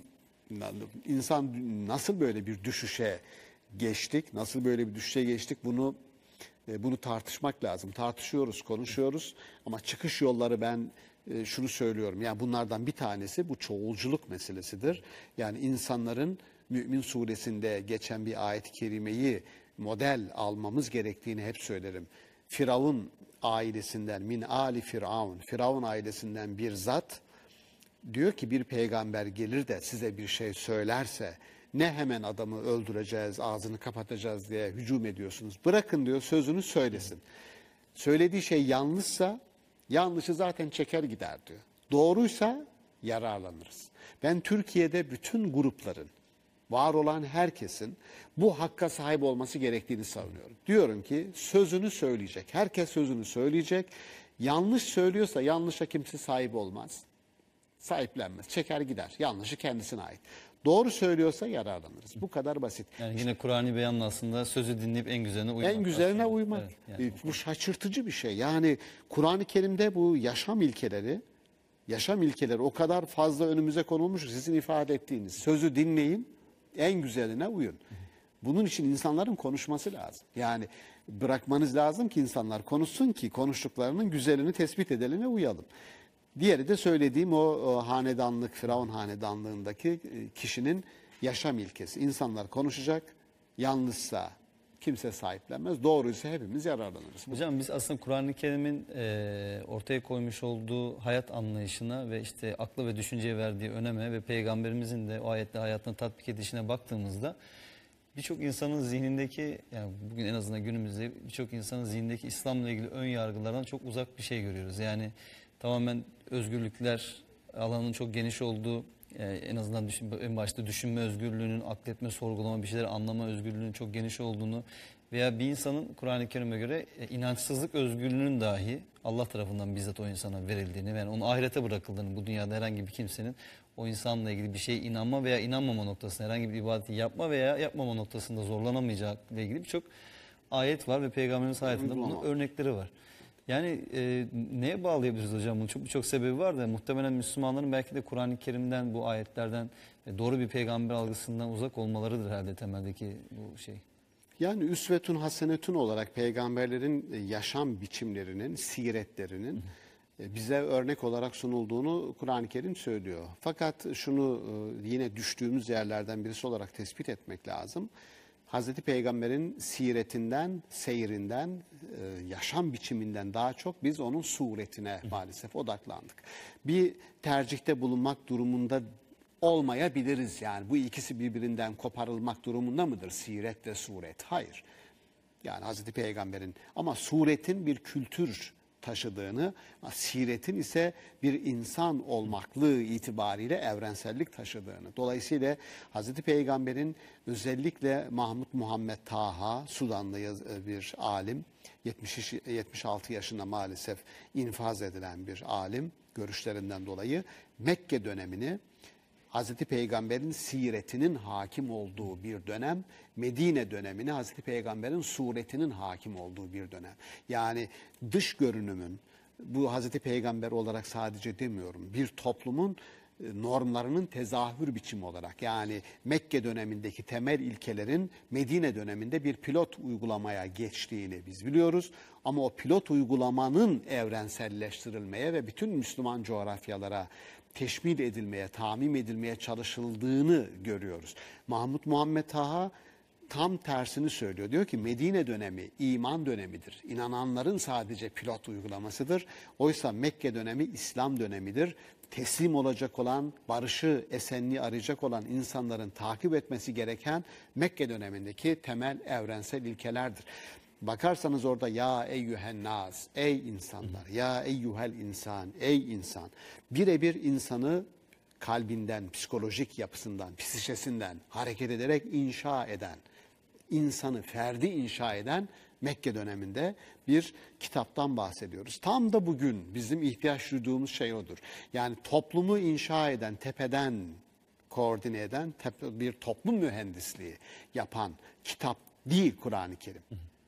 insan nasıl böyle bir düşüşe geçtik, nasıl böyle bir düşüşe geçtik bunu bunu tartışmak lazım. Tartışıyoruz, konuşuyoruz ama çıkış yolları ben şunu söylüyorum. Yani bunlardan bir tanesi bu çoğulculuk meselesidir. Yani insanların Mü'min suresinde geçen bir ayet-i kerimeyi model almamız gerektiğini hep söylerim. Firavun ailesinden, min ali firavun, Firavun ailesinden bir zat diyor ki bir peygamber gelir de size bir şey söylerse ne hemen adamı öldüreceğiz, ağzını kapatacağız diye hücum ediyorsunuz. Bırakın diyor, sözünü söylesin. Söylediği şey yanlışsa yanlışı zaten çeker gider diyor. Doğruysa yararlanırız. Ben Türkiye'de bütün grupların, var olan herkesin bu hakka sahip olması gerektiğini savunuyorum. Diyorum ki sözünü söyleyecek. Herkes sözünü söyleyecek. Yanlış söylüyorsa yanlışa kimse sahip olmaz. Sahiplenmez. Çeker gider. Yanlışı kendisine ait. Doğru söylüyorsa yararlanırız. Bu kadar basit. Yani yine Kur'an-ı Beyan'la aslında sözü dinleyip en güzeline uymak. En güzeline aslında. uymak. Evet, yani. Bu şaşırtıcı bir şey. Yani Kur'an-ı Kerim'de bu yaşam ilkeleri, yaşam ilkeleri o kadar fazla önümüze konulmuş ki sizin ifade ettiğiniz. Sözü dinleyin, en güzeline uyun. Bunun için insanların konuşması lazım. Yani bırakmanız lazım ki insanlar konuşsun ki konuştuklarının güzelini tespit edeline uyalım. Diğeri de söylediğim o, o hanedanlık, Firavun hanedanlığındaki e, kişinin yaşam ilkesi. İnsanlar konuşacak, yanlışsa kimse sahiplenmez, doğruysa hepimiz yararlanırız. Hocam biz aslında Kur'an-ı Kerim'in e, ortaya koymuş olduğu hayat anlayışına ve işte akla ve düşünceye verdiği öneme ve Peygamberimizin de o ayette hayatına tatbik edişine baktığımızda birçok insanın zihnindeki, yani bugün en azından günümüzde birçok insanın zihnindeki İslam'la ilgili ön yargılardan çok uzak bir şey görüyoruz. Yani tamamen özgürlükler alanının çok geniş olduğu, e, en azından düşün, en başta düşünme özgürlüğünün, akletme, sorgulama, bir şeyleri anlama özgürlüğünün çok geniş olduğunu veya bir insanın Kur'an-ı Kerim'e göre e, inançsızlık özgürlüğünün dahi Allah tarafından bizzat o insana verildiğini ve yani onun ahirete bırakıldığını, bu dünyada herhangi bir kimsenin o insanla ilgili bir şeye inanma veya inanmama noktasında herhangi bir ibadeti yapma veya yapmama noktasında zorlanamayacakla ilgili birçok ayet var ve Peygamberimiz hayatında bunun örnekleri var. Yani e, neye bağlayabiliriz hocam? Bunun çok birçok sebebi var da muhtemelen Müslümanların belki de Kur'an-ı Kerim'den, bu ayetlerden e, doğru bir peygamber algısından uzak olmalarıdır herhalde temeldeki bu şey. Yani üsvetün hasenetün olarak peygamberlerin e, yaşam biçimlerinin, siretlerinin e, bize örnek olarak sunulduğunu Kur'an-ı Kerim söylüyor. Fakat şunu e, yine düştüğümüz yerlerden birisi olarak tespit etmek lazım. Hazreti Peygamber'in siretinden, seyrinden, e, yaşam biçiminden daha çok biz onun suretine maalesef odaklandık. Bir tercihte bulunmak durumunda olmayabiliriz yani. Bu ikisi birbirinden koparılmak durumunda mıdır? Siret ve suret. Hayır. Yani Hazreti Peygamber'in ama suretin bir kültür taşıdığını, siretin ise bir insan olmaklığı itibariyle evrensellik taşıdığını. Dolayısıyla Hazreti Peygamber'in özellikle Mahmud Muhammed Taha, Sudanlı bir alim, yetmiş, yetmiş altı yaşında maalesef infaz edilen bir alim, görüşlerinden dolayı Mekke dönemini Hazreti Peygamber'in siretinin hakim olduğu bir dönem, Medine dönemini Hazreti Peygamber'in suretinin hakim olduğu bir dönem. Yani dış görünümün, bu Hazreti Peygamber olarak sadece demiyorum, bir toplumun normlarının tezahür biçimi olarak, yani Mekke dönemindeki temel ilkelerin Medine döneminde bir pilot uygulamaya geçtiğini biz biliyoruz. Ama o pilot uygulamanın evrenselleştirilmeye ve bütün Müslüman coğrafyalara teşmil edilmeye, tamim edilmeye çalışıldığını görüyoruz. Mahmud Muhammed Taha tam tersini söylüyor. Diyor ki Medine dönemi iman dönemidir. İnananların sadece pilot uygulamasıdır. Oysa Mekke dönemi İslam dönemidir. Teslim olacak olan, barışı, esenliği arayacak olan insanların takip etmesi gereken Mekke dönemindeki temel evrensel ilkelerdir. Bakarsanız orada ya eyyühen nas, ey insanlar, ya eyyuhel insan, ey insan. Birebir insanı kalbinden, psikolojik yapısından, psişesinden hareket ederek inşa eden, insanı ferdi inşa eden Mekke döneminde bir kitaptan bahsediyoruz. Tam da bugün bizim ihtiyaç duyduğumuz şey odur. Yani toplumu inşa eden, tepeden koordine eden, tepe, bir toplum mühendisliği yapan kitap değil Kur'an-ı Kerim.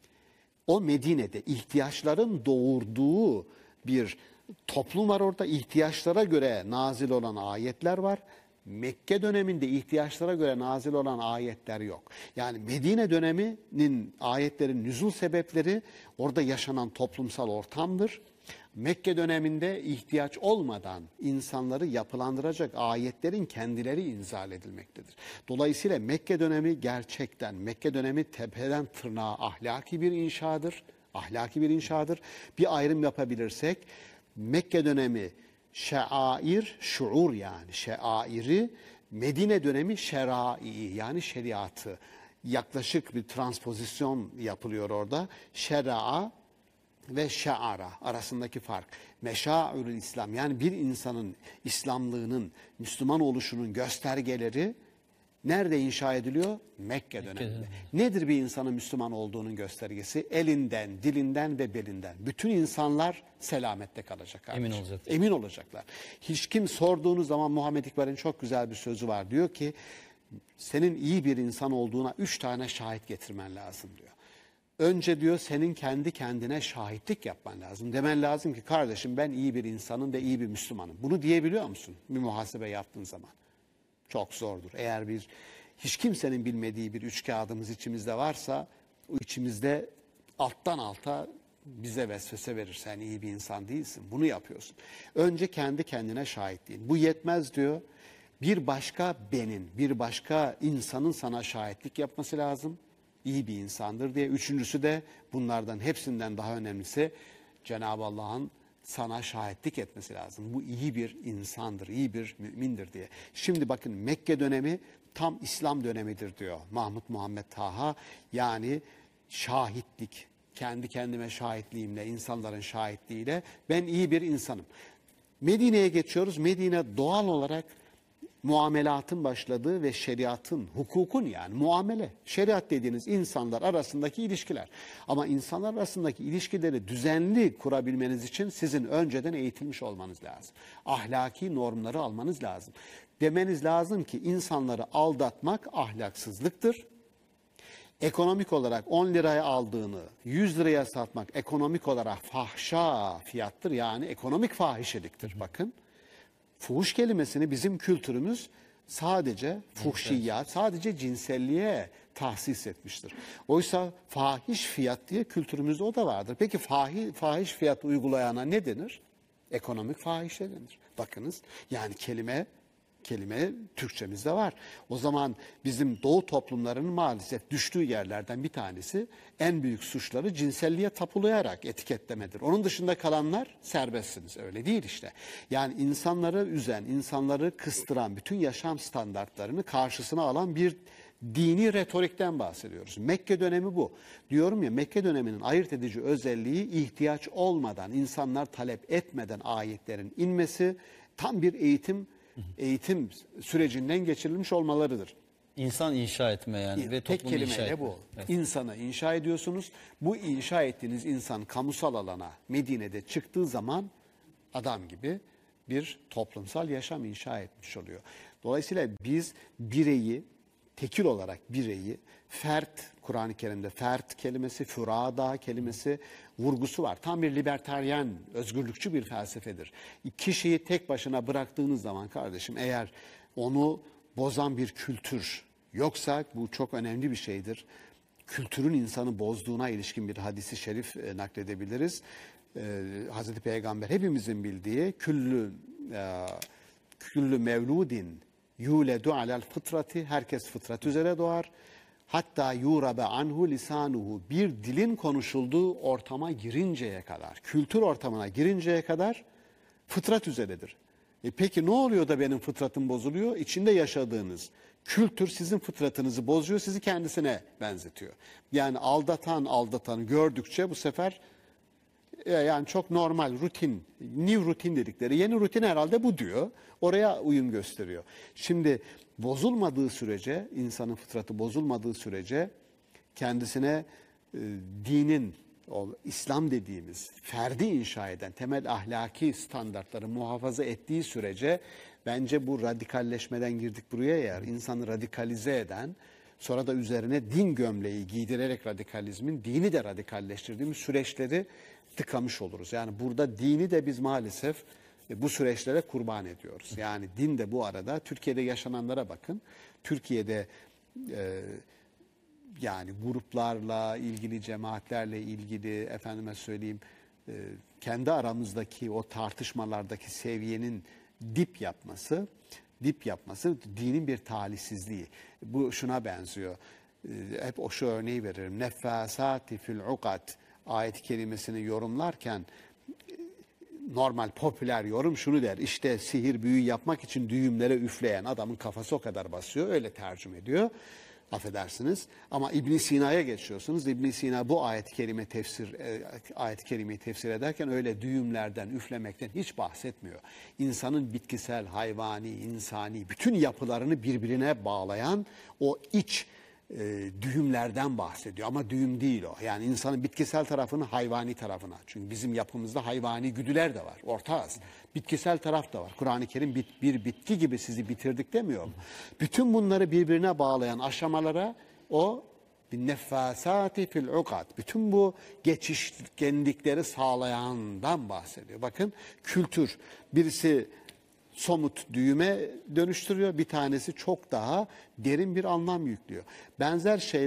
O Medine'de ihtiyaçların doğurduğu bir toplum var orada. İhtiyaçlara göre nazil olan ayetler var. Mekke döneminde ihtiyaçlara göre nazil olan ayetler yok. Yani Medine döneminin ayetlerin nüzul sebepleri orada yaşanan toplumsal ortamdır. Mekke döneminde ihtiyaç olmadan insanları yapılandıracak ayetlerin kendileri inzal edilmektedir. Dolayısıyla Mekke dönemi gerçekten, Mekke dönemi tepeden tırnağa ahlaki bir inşadır. Ahlaki bir inşadır. Bir ayrım yapabilirsek, Mekke dönemi şeair, şuur yani şeairi, Medine dönemi şerai yani şeriatı. Yaklaşık bir transpozisyon yapılıyor orada. Şeraa ve şeara arasındaki fark. Meşaürül İslam yani bir insanın İslamlığının, Müslüman oluşunun göstergeleri nerede inşa ediliyor? Mekke döneminde. Nedir bir insanın Müslüman olduğunun göstergesi? Elinden, dilinden ve belinden. Bütün insanlar selamette kalacak. Emin olacaklar. Emin olacaklar. Hiç kim sorduğunuz zaman Muhammed İkbal'in çok güzel bir sözü var. Diyor ki senin iyi bir insan olduğuna üç tane şahit getirmen lazım diyor. Önce diyor senin kendi kendine şahitlik yapman lazım. Demen lazım ki kardeşim ben iyi bir insanım ve iyi bir Müslümanım. Bunu diyebiliyor musun bir muhasebe yaptığın zaman? Çok zordur. Eğer bir hiç kimsenin bilmediği bir üç kağıdımız içimizde varsa o içimizde alttan alta bize vesvese verir. Sen iyi bir insan değilsin. Bunu yapıyorsun. Önce kendi kendine şahitliğin. Bu yetmez diyor. Bir başka benin, bir başka insanın sana şahitlik yapması lazım. İyi bir insandır diye. Üçüncüsü de bunlardan hepsinden daha önemlisi Cenab-ı Allah'ın sana şahitlik etmesi lazım. Bu iyi bir insandır, iyi bir mümindir diye. Şimdi bakın Mekke dönemi tam İslam dönemidir diyor Mahmud Muhammed Taha. Yani şahitlik, kendi kendime şahitliğimle, insanların şahitliğiyle ben iyi bir insanım. Medine'ye geçiyoruz. Medine doğal olarak muamelatın başladığı ve şeriatın, hukukun yani muamele. Şeriat dediğiniz insanlar arasındaki ilişkiler. Ama insanlar arasındaki ilişkileri düzenli kurabilmeniz için sizin önceden eğitilmiş olmanız lazım. Ahlaki normları almanız lazım. Demeniz lazım ki insanları aldatmak ahlaksızlıktır. Ekonomik olarak on liraya aldığını yüz liraya satmak ekonomik olarak fahşa fiyattır. Yani ekonomik fahişeliktir bakın. Fuhuş kelimesini bizim kültürümüz sadece fuhşiyat, sadece cinselliğe tahsis etmiştir. Oysa fahiş fiyat diye kültürümüzde o da vardır. Peki fahiş, fahiş fiyat uygulayana ne denir? Ekonomik fahişe denir. Bakınız yani kelime kelime Türkçemizde var. O zaman bizim Doğu toplumlarının maalesef düştüğü yerlerden bir tanesi en büyük suçları cinselliğe tapulayarak etiketlemedir. Onun dışında kalanlar serbestsiniz. Öyle değil işte. Yani insanları üzen, insanları kıstıran bütün yaşam standartlarını karşısına alan bir dini retorikten bahsediyoruz. Mekke dönemi bu. Diyorum ya Mekke döneminin ayırt edici özelliği ihtiyaç olmadan, insanlar talep etmeden ayetlerin inmesi, tam bir eğitim eğitim sürecinden geçirilmiş olmalarıdır. İnsan inşa etme yani ve Tek toplumu inşa kelimeyle etme. bu. Evet. İnsanı inşa ediyorsunuz. Bu inşa ettiğiniz insan kamusal alana Medine'de çıktığı zaman adam gibi bir toplumsal yaşam inşa etmiş oluyor. Dolayısıyla biz bireyi, tekil olarak bireyi, fert, Kur'an-ı Kerim'de fert kelimesi, fürada kelimesi vurgusu var. Tam bir libertaryen, özgürlükçü bir felsefedir. Kişiyi tek başına bıraktığınız zaman kardeşim eğer onu bozan bir kültür yoksa bu çok önemli bir şeydir. Kültürün insanı bozduğuna ilişkin bir hadisi şerif e, nakledebiliriz. E, Hazreti Peygamber hepimizin bildiği küllü, e, küllü mevludin yuledu alel fıtrati, herkes fıtrat üzere doğar. Hatta yurabe anhu lisanuhu, bir dilin konuşulduğu ortama girinceye kadar, kültür ortamına girinceye kadar fıtrat üzeredir. E peki ne oluyor da benim fıtratım bozuluyor? İçinde yaşadığınız kültür sizin fıtratınızı bozuyor, sizi kendisine benzetiyor. Yani aldatan aldatanı gördükçe bu sefer yani çok normal, rutin, new rutin dedikleri yeni rutin herhalde bu diyor. Oraya uyum gösteriyor. Şimdi bozulmadığı sürece, insanın fıtratı bozulmadığı sürece kendisine e, dinin, o İslam dediğimiz ferdi inşa eden temel ahlaki standartları muhafaza ettiği sürece bence bu radikalleşmeden girdik buraya ya, insanı radikalize eden, sonra da üzerine din gömleği giydirerek radikalizmin, dini de radikalleştirdiğimiz süreçleri tıkamış oluruz. Yani burada dini de biz maalesef bu süreçlere kurban ediyoruz. Yani din de bu arada, Türkiye'de yaşananlara bakın. Türkiye'de e, yani gruplarla ilgili, cemaatlerle ilgili, efendime söyleyeyim, e, kendi aramızdaki o tartışmalardaki seviyenin dip yapması, dip yapması dinin bir talihsizliği. Bu şuna benziyor. E, hep o şu örneği veririm. Neffasati fil ukad ayet kelimesini yorumlarken normal popüler yorum şunu der. İşte sihir büyü yapmak için düğümlere üfleyen adamın kafası o kadar basıyor. Öyle tercüme ediyor. Affedersiniz. Ama İbn Sina'ya geçiyorsunuz. İbn Sina bu ayet-i kerime tefsir e, ayet-i kerimeyi tefsir ederken öyle düğümlerden, üflemekten hiç bahsetmiyor. İnsanın bitkisel, hayvani, insani bütün yapılarını birbirine bağlayan o iç e, düğümlerden bahsediyor. Ama düğüm değil o. Yani insanın bitkisel tarafını hayvani tarafına. Çünkü bizim yapımızda hayvani güdüler de var. Ortağız. Bitkisel taraf da var. Kur'an-ı Kerim bit, bir bitki gibi sizi bitirdik demiyor. Bütün bunları birbirine bağlayan aşamalara o neffasati fil ukad. Bütün bu geçişkenlikleri sağlayandan bahsediyor. Bakın kültür. Birisi somut düğüme dönüştürüyor. Bir tanesi çok daha derin bir anlam yüklüyor. Benzer şeyler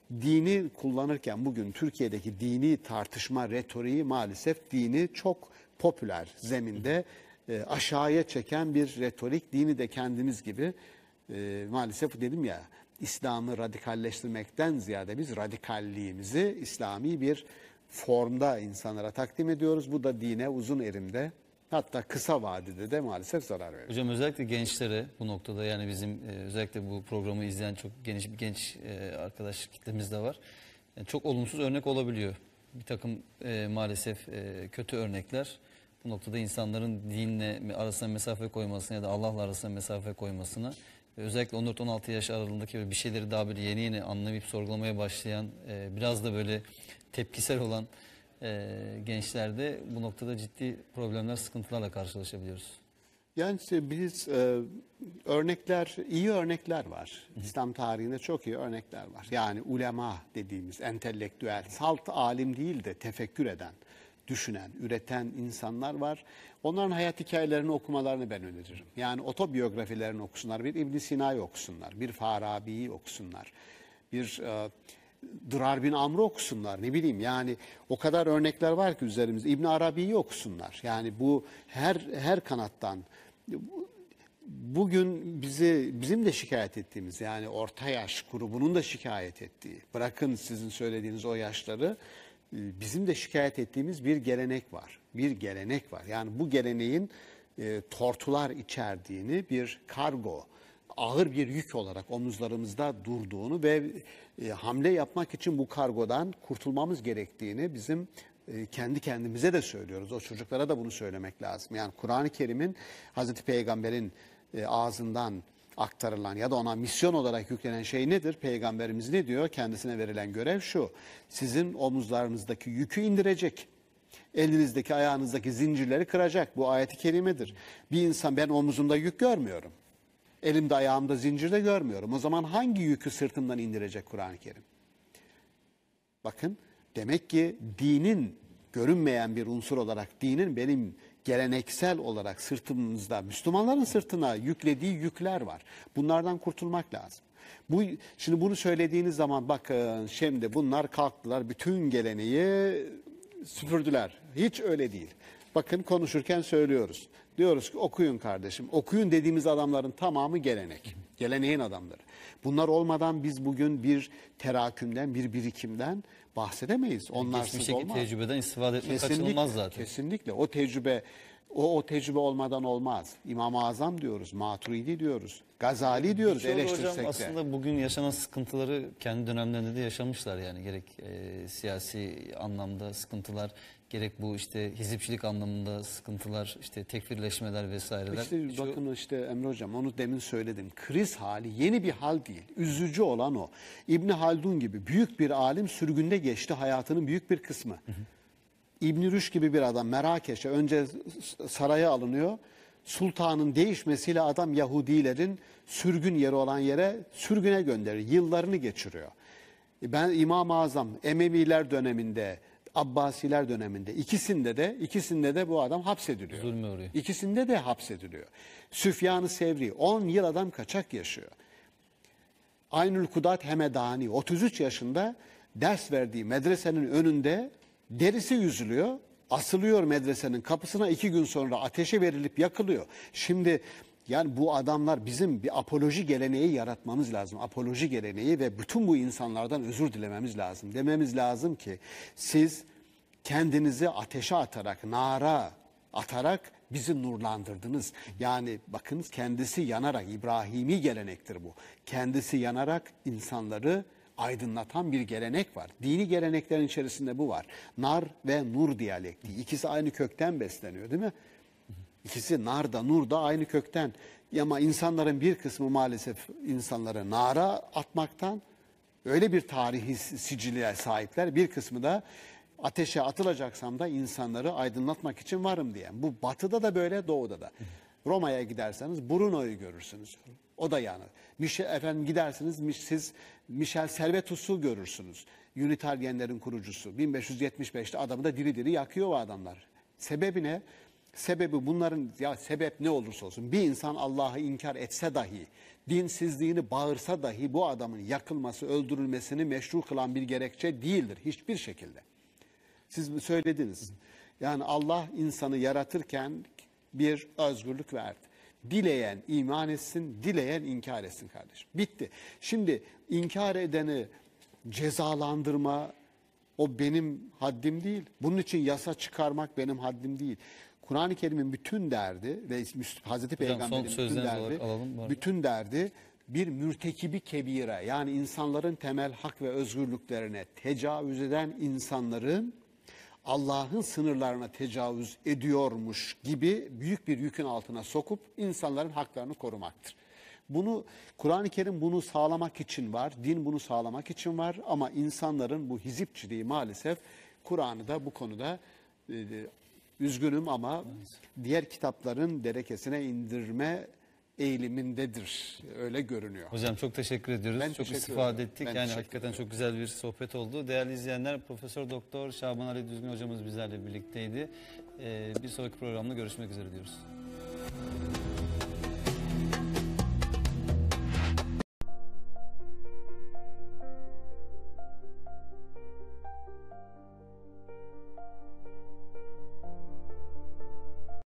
dini kullanırken bugün Türkiye'deki dini tartışma retoriği maalesef dini çok popüler zeminde e, aşağıya çeken bir retorik. Dini de kendimiz gibi e, maalesef dedim ya, İslam'ı radikalleştirmekten ziyade biz radikalliğimizi İslami bir formda insanlara takdim ediyoruz. Bu da dine uzun erimde, hatta kısa vadede de maalesef zarar veriyor. Hocam özellikle gençlere bu noktada, yani bizim e, özellikle bu programı izleyen çok geniş bir genç e, arkadaş kitlemiz de var. Yani çok olumsuz örnek olabiliyor. Bir takım e, maalesef e, kötü örnekler bu noktada insanların dinle arasına mesafe koymasına ya da Allah'la arasına mesafe koymasına, ve özellikle on dört on altı yaş aralığındaki bir şeyleri daha böyle yeni yeni anlayıp sorgulamaya başlayan, e, biraz da böyle tepkisel olan e, gençlerde bu noktada ciddi problemler, sıkıntılarla karşılaşabiliyoruz. Yani işte biz e, örnekler, iyi örnekler var. İslam tarihinde çok iyi örnekler var. Yani ulema dediğimiz entelektüel, salt alim değil de tefekkür eden, düşünen, üreten insanlar var. Onların hayat hikayelerini okumalarını ben öneririm. Yani otobiyografilerini okusunlar, bir İbn Sina'yı okusunlar, bir Farabi'yi okusunlar, bir e, Dırar bin Amr'ı okusunlar, ne bileyim, yani o kadar örnekler var ki üzerimizde. İbn Arabi'yi okusunlar. Yani bu her her kanattan. Bugün bizi bizim de şikayet ettiğimiz, yani orta yaş grubunun da şikayet ettiği, bırakın sizin söylediğiniz o yaşları, bizim de şikayet ettiğimiz bir gelenek var. Bir gelenek var. Yani bu geleneğin e, tortular içerdiğini, bir kargo, ağır bir yük olarak omuzlarımızda durduğunu ve e, hamle yapmak için bu kargodan kurtulmamız gerektiğini bizim e, kendi kendimize de söylüyoruz. O çocuklara da bunu söylemek lazım. Yani Kur'an-ı Kerim'in, Hazreti Peygamber'in e, ağzından aktarılan ya da ona misyon olarak yüklenen şey nedir? Peygamberimiz ne diyor? Kendisine verilen görev şu: sizin omuzlarınızdaki yükü indirecek, elinizdeki ayağınızdaki zincirleri kıracak. Bu ayet-i kerimedir. Bir insan, ben omuzumda yük görmüyorum, elimde ayağımda zincir de görmüyorum. O zaman hangi yükü sırtımdan indirecek Kur'an-ı Kerim? Bakın, demek ki dinin görünmeyen bir unsur olarak, dinin benim geleneksel olarak sırtımızda, Müslümanların sırtına yüklediği yükler var. Bunlardan kurtulmak lazım. Bu, şimdi bunu söylediğiniz zaman bakın, şimdi bunlar kalktılar, bütün geleneği süpürdüler. Hiç öyle değil. Bakın, konuşurken söylüyoruz. Diyoruz ki okuyun kardeşim. Okuyun dediğimiz adamların tamamı gelenek. Geleneğin adamları. Bunlar olmadan biz bugün bir terakümden, bir birikimden bahsedemeyiz. Onlarsız Geçmişteki olmaz. tecrübeden istifade etmek Kesinlikle, kaçınılmaz zaten. kesinlikle. O tecrübe, o, o tecrübe olmadan olmaz. İmam-ı Azam diyoruz, Maturidi diyoruz, Gazali diyoruz, Birçoğu da eleştirsek hocam de. aslında bugün yaşanan sıkıntıları kendi dönemlerinde de yaşamışlar, yani gerek e, siyasi anlamda sıkıntılar, gerek bu işte hizipçilik anlamında sıkıntılar, işte tekfirleşmeler vesaireler. İşte Şu- bakın, işte Emre Hocam, onu demin söyledim. Kriz hali yeni bir hal değil. Üzücü olan o. İbni Haldun gibi büyük bir alim sürgünde geçti hayatının büyük bir kısmı. Hı hı. İbn Rüşd gibi bir adam Merakeş'e önce saraya alınıyor. Sultanın değişmesiyle adam Yahudilerin sürgün yeri olan yere sürgüne gönderiyor. Yıllarını geçiriyor. Ben İmam-ı Azam Emeviler döneminde, Abbasiler döneminde, ikisinde de ikisinde de bu adam hapsediliyor. Zulme uğruyor. İkisinde de hapsediliyor. Süfyan-ı Sevri on yıl adam kaçak yaşıyor. Aynül Kudat Hemedani otuz üç yaşında ders verdiği medresenin önünde derisi yüzülüyor. Asılıyor medresenin kapısına, iki gün sonra ateşe verilip yakılıyor. Şimdi yani bu adamlar, bizim bir apoloji geleneği yaratmamız lazım. Apoloji geleneği ve bütün bu insanlardan özür dilememiz lazım. Dememiz lazım ki siz kendinizi ateşe atarak, nara atarak bizi nurlandırdınız. Yani bakınız, kendisi yanarak, İbrahimi gelenektir bu. Kendisi yanarak insanları aydınlatan bir gelenek var. Dini geleneklerin içerisinde bu var. Nar ve nur diyalektiği. İkisi aynı kökten besleniyor, değil mi? İkisi, nar da nur da aynı kökten. Ama insanların bir kısmı maalesef insanları nara atmaktan, öyle bir tarihi siciliye sahipler. Bir kısmı da ateşe atılacaksam da insanları aydınlatmak için varım diyen. Bu batıda da böyle, doğuda da. Roma'ya giderseniz Bruno'yu görürsünüz. O da yani. Michel, efendim gidersiniz, siz Michel Servetus'u görürsünüz. Unitaryenlerin kurucusu. bin beş yüz yetmiş beşte adamı da diri diri yakıyor o adamlar. Sebebi ne? Sebebi bunların, ya sebep ne olursa olsun, bir insan Allah'ı inkar etse dahi, dinsizliğini bağırsa dahi bu adamın yakılması, öldürülmesini meşru kılan bir gerekçe değildir hiçbir şekilde. Siz söylediniz. Yani Allah insanı yaratırken bir özgürlük verdi. Dileyen iman etsin, dileyen inkar etsin kardeşim. Bitti. Şimdi inkar edeni cezalandırma, o benim haddim değil. Bunun için yasa çıkarmak benim haddim değil. Kur'an-ı Kerim'in bütün derdi ve Hazreti Peygamber'in bütün sözlerinizi derdi, olarak alalım bu arada. bütün derdi bir mürtekibi kebire, yani insanların temel hak ve özgürlüklerine tecavüz eden insanların Allah'ın sınırlarına tecavüz ediyormuş gibi büyük bir yükün altına sokup insanların haklarını korumaktır. Bunu Kur'an-ı Kerim bunu sağlamak için var, din bunu sağlamak için var ama insanların bu hizipçiliği maalesef Kur'an'ı da bu konuda e, üzgünüm ama diğer kitapların derekesine indirme eğilimindedir. Öyle görünüyor. Hocam çok teşekkür ediyoruz. Ben çok teşekkür istifade ederim. ettik. Ben yani teşekkür hakikaten ederim. çok güzel bir sohbet oldu. Değerli izleyenler, Profesör Doktor Şaban Ali Düzgün hocamız bizlerle birlikteydi. Ee, bir sonraki programda görüşmek üzere diyoruz.